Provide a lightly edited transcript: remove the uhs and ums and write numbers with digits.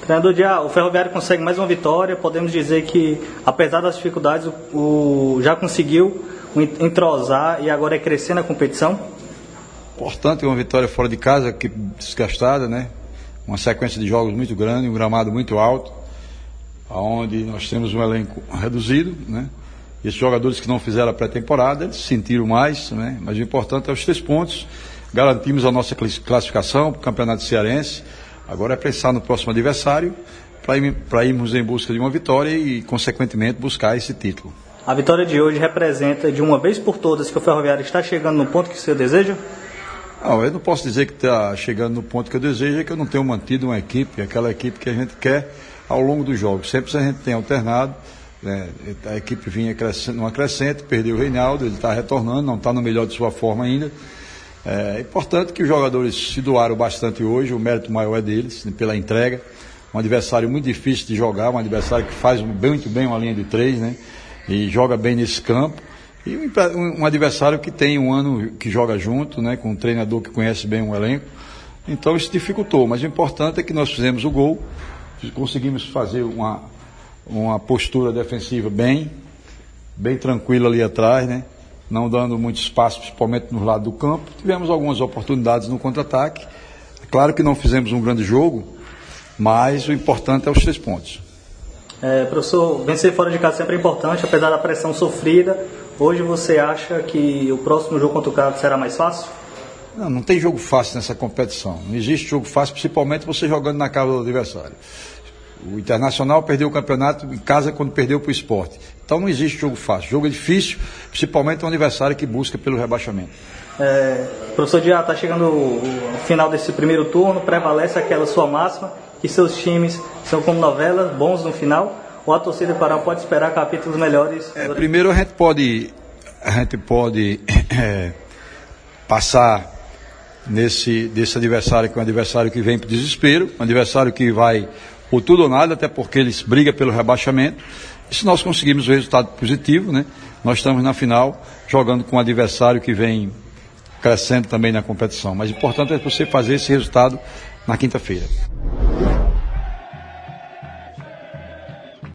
Treinador Diá, o Ferroviário consegue mais uma vitória, podemos dizer que, apesar das dificuldades, já conseguiu entrosar e agora é crescer na competição? Importante uma vitória fora de casa, equipe desgastada, né? Uma sequência de jogos muito grande, um gramado muito alto, onde nós temos um elenco reduzido, né? E esses jogadores que não fizeram a pré-temporada, eles sentiram mais, né? Mas o importante é os 3 pontos. Garantimos a nossa classificação para o Campeonato Cearense. Agora é pensar no próximo adversário para irmos em busca de uma vitória e, consequentemente, buscar esse título. A vitória de hoje representa, de uma vez por todas, que o Ferroviário está chegando no ponto que você deseja? Não, eu não posso dizer que está chegando no ponto que eu desejo, é que eu não tenho mantido uma equipe, aquela equipe que a gente quer ao longo dos jogos. Sempre a gente tem alternado, né? A equipe vinha numa crescente, perdeu o Reinaldo, ele está retornando, não está no melhor de sua forma ainda. É importante que os jogadores se doaram bastante hoje, o mérito maior é deles, pela entrega. Um adversário muito difícil de jogar, um adversário que faz muito bem uma linha de 3, né? E joga bem nesse campo. E um adversário que tem um ano que joga junto, né? Com um treinador que conhece bem o elenco. Então isso dificultou, mas o importante é que nós fizemos o gol, conseguimos fazer uma postura defensiva bem tranquila ali atrás, né? Não dando muito espaço, principalmente no lado do campo. Tivemos algumas oportunidades no contra-ataque. Claro que não fizemos um grande jogo, mas o importante é os 3 pontos. Professor, vencer fora de casa sempre é importante, apesar da pressão sofrida. Hoje você acha que o próximo jogo contra o Cabo será mais fácil? Não tem jogo fácil nessa competição. Não existe jogo fácil, principalmente você jogando na casa do adversário. O Internacional perdeu o campeonato em casa quando perdeu para o Sport. Então não existe jogo fácil. Jogo é difícil, principalmente um adversário que busca pelo rebaixamento. Professor Diá, está chegando o final desse primeiro turno, prevalece aquela sua máxima, que seus times são como novelas, bons no final, ou a torcida do Pará pode esperar capítulos melhores? Primeiro a gente pode passar desse adversário, que é um adversário que vem para o desespero, um adversário que vai por tudo ou nada, até porque eles brigam pelo rebaixamento. E se nós conseguirmos o resultado positivo, né, nós estamos na final jogando com um adversário que vem crescendo também na competição. Mas o importante é você fazer esse resultado na quinta-feira.